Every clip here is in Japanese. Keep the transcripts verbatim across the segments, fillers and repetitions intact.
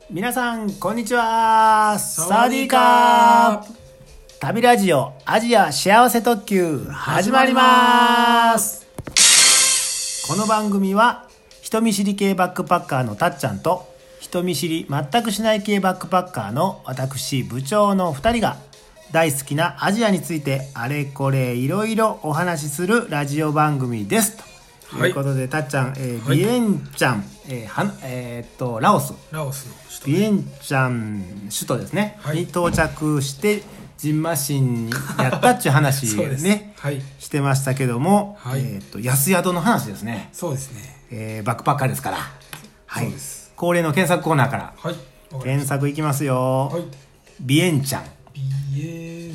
皆さんこんにちは。 サワディーカー。 旅ラジオアジア幸せ特急始まります。この番組は人見知り系バックパッカーのたっちゃんと人見知り全くしない系バックパッカーの私部長のふたりが大好きなアジアについてあれこれいろいろお話しするラジオ番組ですということで、はい、たっちゃん、えーはい、ビエンチャン、えーはえー、っとラオスラオスの首都、 ビエンチャン首都ですね、はい、に到着してジンマシンにやったっていう話をね、はい、してましたけども、はい、えー、っと安宿の話ですね。 そうですね、 えー、バックパッカーですから、はい、 そうです。 恒例の検索コーナーから、 はい、 検索いきますよ、はい、ビエンチャンビエン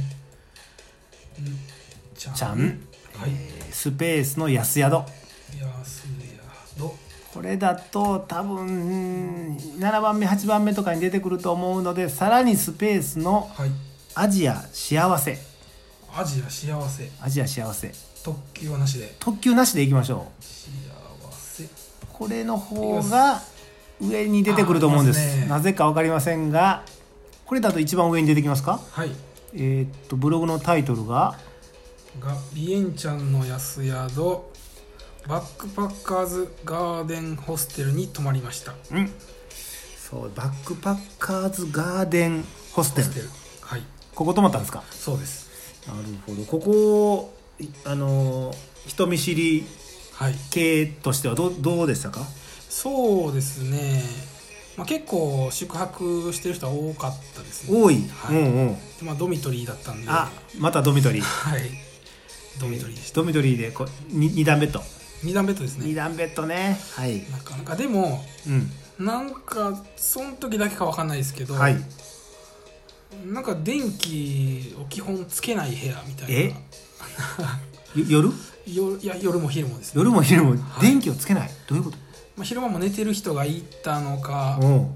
チャン、 チャン、はい、えー、スペースの安宿安宿、 これだと多分ななばんめはちばんめとかに出てくると思うので、さらにスペースのアジア幸せ、 アジア幸せ、 アジア幸せ、 特急はなしで特急なしでいきましょう。 幸せ、 これの方が上に出てくると思うんです。なぜか分かりませんが、これだと一番上に出てきますか。 はい、 えー、っとブログのタイトルががビエンチャンの安宿バックパッカーズガーデンホステルに泊まりました。 うん、そうバックパッカーズガーデンホステル、ホステル、 はい、 ここ泊まったんですか。 そうです。 なるほど。ここあの人見知り系としてはど う, どうでしたか。 そうですね、まあ、結構宿泊してる人は多かったですね。 多い、 はい、 うんうん、 まあ、ドミトリーだったんで。 あ、またドミトリーはいドミトリーでした。 ドミトリーでこにに段ベッドに段ベッドですね。 に段ベッドね、はい、 なかなかでも、うん、なんかその時だけか分かんないですけど、はい、なんか電気を基本つけない部屋みたいな。 え夜夜いや夜も昼もですね。 夜も昼も電気をつけない、はい、どういうこと。 まあ、昼間も寝てる人がいたのか、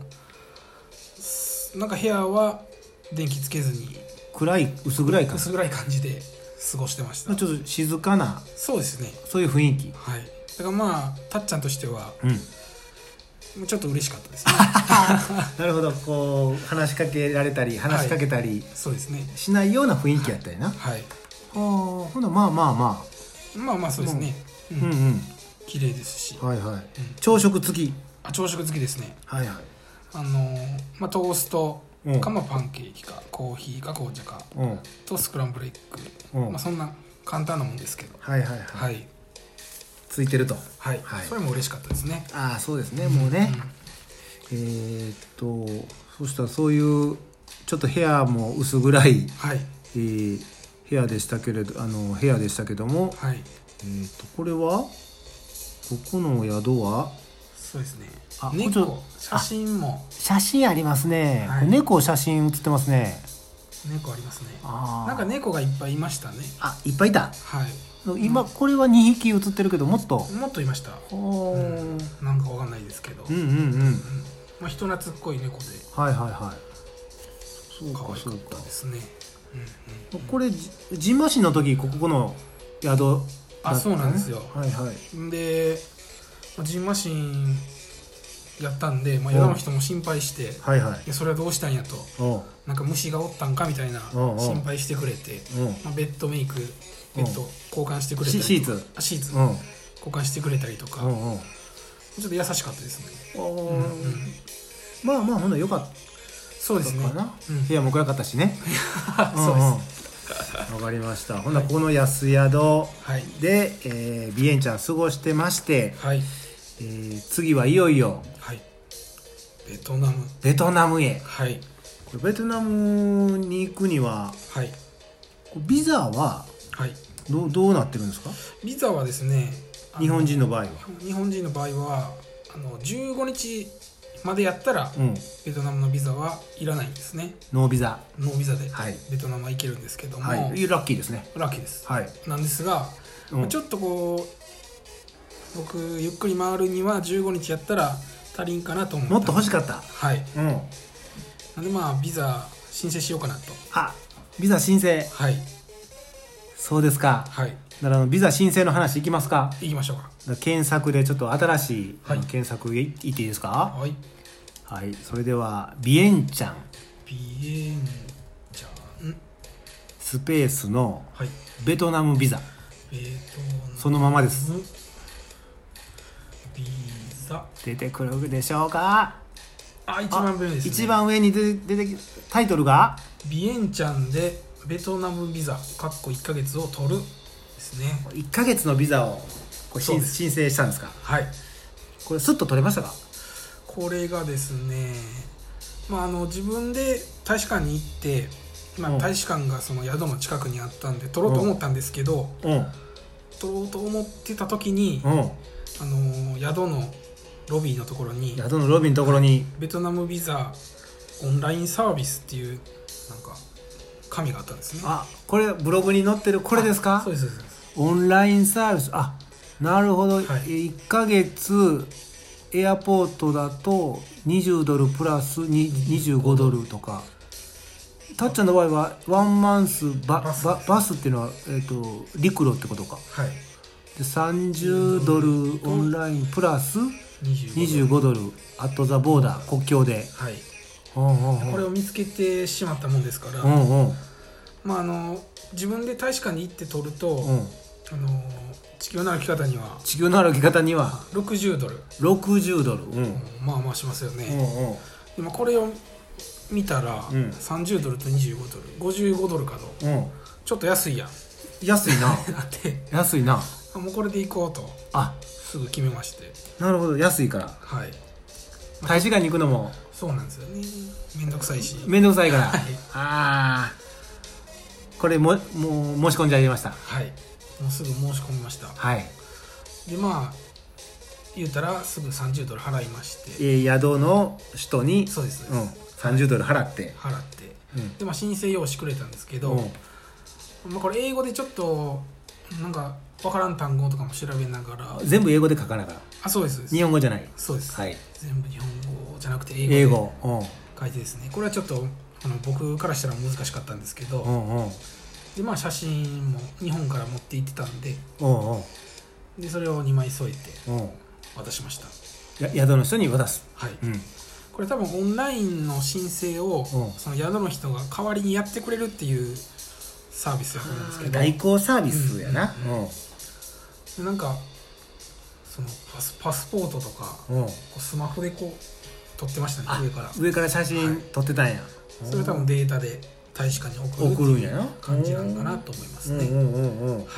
なんか部屋は電気つけずに暗い薄暗い感じ薄暗い感じで過ごしてました。 ちょっと静かな、 そうですね、 そういう雰囲気、 はい、だからまあたっちゃんとしては、うん、ちょっと嬉しかったですねなるほど。こう話しかけられたり話しかけたり、はい、 そうですね、 しないような雰囲気やったりな。はい、はい、あ、ほなまあまあまあまあまあそうですね、うん、うんうん、綺麗ですし、 はいはい、うん、朝食付き。 あ、朝食付きですね。 はいはい、あのーまあ、トーストか、まあ、パンケーキかコーヒーか紅茶かとスクランブルエッグ、まあ、そんな簡単なもんですけど、 はいはいはい、はい、ついてると、 はいはい、それも嬉しかったですね。 ああそうですね、もうね、うん、えー、っとそしたらそういうちょっと部屋も薄暗い、はい、えー、部屋でしたけれどあの部屋でしたけども、はい、えー、っとこれはここの宿はそうですね、あ、猫、写真も写真ありますね、はい、猫写真写ってますね。 猫ありますね。あ、なんか猫がいっぱいいましたね。 あ、いっぱいいた。 はい、 今これはにひき写ってるけどもっともっといました。うん、なんかわかんないですけど、うんうんうん、うん、まあ、人懐っこい猫で、 はいはいはい、 そうかそうかですね、 うんうん、これジンマシンの時ここの宿だった、ね、 あ、そうなんですよ。 はいはい、 でジンマシンやったんで、まあ、宿の人も心配して、はいはい、それはどうしたんやと、なんか虫がおったんかみたいな心配してくれて、まあ、ベッドメイクベッド交換してくれたりとか、 シーツシーツ交換してくれたりとか、ちょっと優しかったですね。うんうん、 まあまあほんならよかった。 そうですね、 うん、部屋も暗かったしねそうです、 わかりました。ほんならこの安宿で、はい、えー、ビエンちゃん過ごしてまして、はい、えー、次はいよいよ、はい、 ベトナムベトナムへ、 はい、 これベトナムに行くには、はい、ビザは、はい、ど, どうなってるんですか。 ビザはですね、 日本人の場合は日本人の場合はあのじゅうごにちまでやったら、うん、ベトナムのビザはいらないんですね。 ノービザノービザで、はい、ベトナムは行けるんですけども、はい、 ラッキーですね。 ラッキーです、 はい、 なんですが、うん、まあ、ちょっとこう僕ゆっくり回るにはじゅうごにちやったら足りんかなと思って、 もっと欲しかった。 はい、うん、なんでまあビザ申請しようかなと。 あ、ビザ申請、 はい、 そうですか。はい、だからビザ申請の話いきますか。 いきましょうか。 検索でちょっと新しい、はい、検索いっていいですか。 はい、 はい、それではビエンチャンビエンチャンスペースのベトナムビザ、 ベトナムそのままです。 ビザ出てくるでしょうか。 あ、一番上ですね。 一番上に出てきてタイトルがビエンチャンでベトナムビザかっこいっかげつを取るですね。 いっかげつのビザをこれ申請したんですか。 はい。 これスッと取れましたか。 これがですね、まあ、あの自分で大使館に行って、まあ、大使館がその宿の近くにあったんで取ろうと思ったんですけど、 うん取ろうと思ってた時に、 うん、 あの宿のロビーのところに宿のロビーのところにベトナムビザオンラインサービスっていうなんか紙があったんですね。 あ、これブログに載ってるこれですか。 そうですそうです。 オンラインサービス、あ、なるほど、はい、いっかげつエアポートだとにじゅうドルプラスにじゅうごドルとか、たっちゃんの場合はワンマンス バ, バ, ス, バ, バスっていうのは、えー、と陸路ってことか。 はい。 でさんじゅうドルオンラインプラスにじゅうごドルアットザボーダー国境で、 はい、 うんうんうん、 これを見つけてしまったもんですから、 うんうん、 まあ、あの自分で大使館に行って取ると、うん、あの地球の歩き方には地球の歩き方にはろくじゅうドルろくじゅうドル、うん、 まあまあしますよね、 うんうん、 でもこれを見たら、うん、さんじゅうドルとにじゅうごドルごじゅうごドルかと、うん、ちょっと安いやん安いななって安いな、 もうこれで行こうとあすぐ決めまして。 なるほど、安いから。 はい。 大使館に行くのもそうなんですよね。めんどくさいし。 めんどくさいから。 はい、 ああ。これももう申し込んじゃいました。 はい。もうすぐ申し込みました。 はい。 でまあ言うたらすぐさんじゅうドル払いまして。 えー、宿の人にそうです。 うん。さんじゅうドル払って。 払って。 うん、 でまあ申請用紙くれたんですけど、うん、まあこれ英語でちょっとなんか分からん単語とかも調べながら。 全部英語で書かながら。 あ、そうです。 日本語じゃない。 そうです。 はい。 全部日本語じゃなくて英語で書いてですね。 うん、 これはちょっとあの僕からしたら難しかったんですけど、 うんうん、 でまあ写真も日本から持って行ってたんで、 うんうん、 でそれをにまい添えて渡しました。 や宿の人に渡す。 はい。うん、これ多分オンラインの申請を、うん、その宿の人が代わりにやってくれるっていうサービスだと思うんですけど。 代行サービスやな。 うんうんうん、でなんかそのパス、パスポートとか、うん、こうスマホでこう撮ってましたね。上から上から写真撮ってたんや、はい、 それ多分データで大使館に送るっていう感じなのかなと思いますね。はい。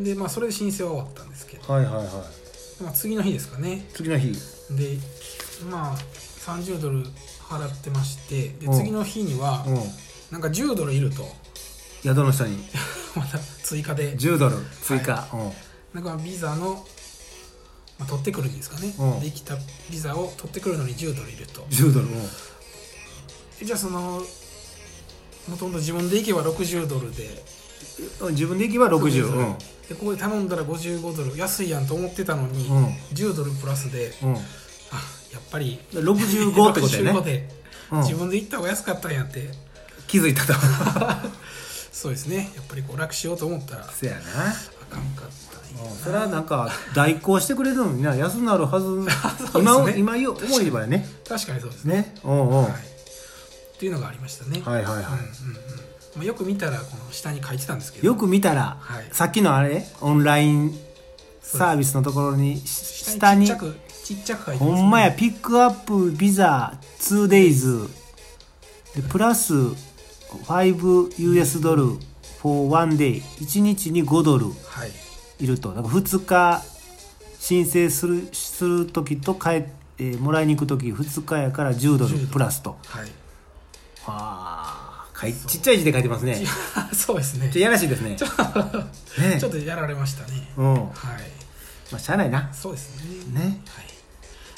でまあそれで申請は終わったんですけど、 はいはいはい、 まあ、次の日ですかね。 次の日でまあさんじゅうドル払ってまして、で次の日にはなんかじゅうドルいると、 宿の人にまた追加でじゅうドル追加、はい、うん、 なんかビザの、まあ、取ってくるんですかね、うん、できたビザを取ってくるのにじゅうドルいると。 じゅうドル、うん、 じゃあそのもともと自分で行けばろくじゅうドルで、 自分で行けばろくじゅう、うん、 でここで頼んだらごじゅうごドル安いやんと思ってたのに、うん、じゅうドルプラスで、うん、あやっぱりろくじゅうごってことやねろくじゅうごで、うん、自分で行った方が安かったんやって気づいたとそうですね。やっぱりこう楽しようと思ったらそうやな、 あかんかったんやな。 それはなんか代行してくれるのにな安なるはず今, ね、今思えばやね。 確かにそうですね。 ね、おうおう、はい、 っていうのがありましたね。 はいはいはい、うんうんうん、 まあ、よく見たらこの下に書いてたんですけど、 よく見たら、はい、さっきのあれオンラインサービスのところに下にちっちゃくちっちゃく書いてますね。 ほんまや、ピックアップビザ ツーデイズ でプラスごユーエス ドル for one day いちにちにごドルいると、はい、だからふつか申請するする時と帰って、えー、もらいに行く時ふつかやからじゅうドルプラスと。はい。ああ、ちっちゃい字で書いてますね。 そうですね。 ちょっとやらしいですね。 ちょ, ねちょっとやられましたね。 うん。はい。まあしゃあないな。 そうですね。ね。 はい。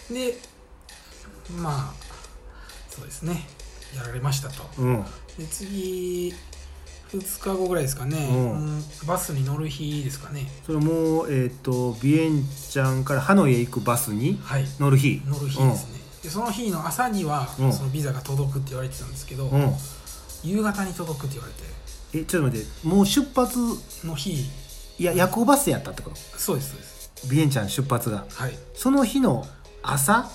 で、まあそうですね。やられましたと。うん。で次ふつかごぐらいですかね、うん、バスに乗る日ですかね。 それもう、えー、とビエンチャンからハノイへ行くバスに乗る日、 はい、乗る日ですね、うん、でその日の朝には、うん、そのビザが届くって言われてたんですけど、うん、夕方に届くって言われて。 えちょっと待って、もう出発の日、 いや夜行バスやったってこと。 そうですそうです。 ビエンチャン出発が、 はい、 その日の朝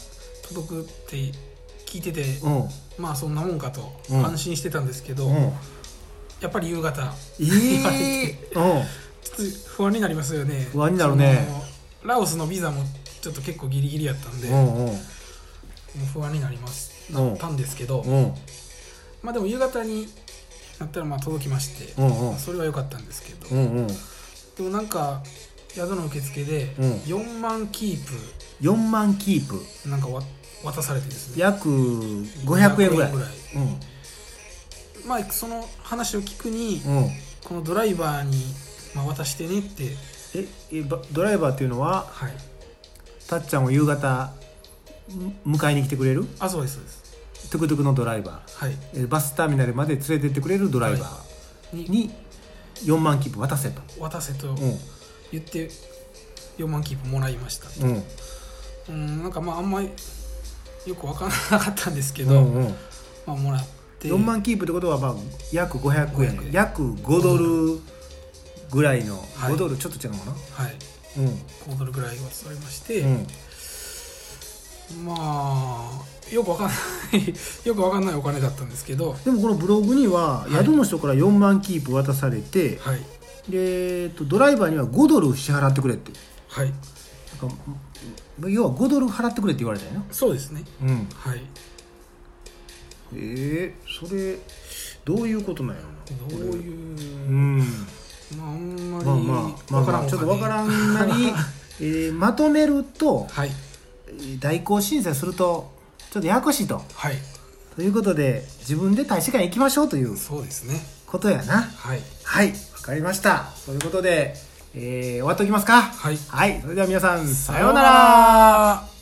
届くって聞いてて、 うん、 まあそんなもんかと安心してたんですけど、うん、やっぱり夕方、 えー、言われて、うん、 ちょっと不安になりますよね。 不安になるね。 ラオスのビザもちょっと結構ギリギリやったんで、うんうん、もう不安になりますなったんですけど、うん、まあでも夕方になったらまあ届きまして、うんうん、それは良かったんですけど、うんうん、でもなんか宿の受付でよんまんキープ、 よんまんキープなんかわ渡されてですね、 約ごひゃくえんぐらい、 ぐらい、うん、まあその話を聞くに、うん、このドライバーに、まあ、渡してねって。 ええドライバーっていうのは、はい、たっちゃんを夕方迎えに来てくれる？ あ、そうですそうです。 トゥクトゥクのドライバー、はい、えバスターミナルまで連れてってくれるドライバーによんまんキープ渡せと渡せと言ってよんまんキープもらいました。うん、うん、なんかまああんまりよく分からなかったんですけど、うんうん、まあもらってよんまんキープってことはまあ約ごひゃくえん、ごひゃくえん約ごドルぐらいの、はい、ごドルちょっと違うのかな、 はい、うん、ごドルぐらい渡されまして、うん、まあよくわかんないよくわかんないお金だったんですけど、 でもこのブログには宿の人からよんまんキープ渡されて、はい、で、えっと、ドライバーにはごドル支払ってくれって、はい、なんか要はごドル払ってくれって言われたよね。 そうですね、うん、はい。 えー、それどういうことなんやろな。どういう、うん、まああんまりまあまあまあちょっとわからんなり、えー、まとめると、はい、代行申請するとちょっとややこしいと、はい、ということで自分で大使館行きましょうというそうですねことやな。はいはい、わかりました。ということで、えー、終わっておきますか。はい、はい、それでは皆さんさようなら。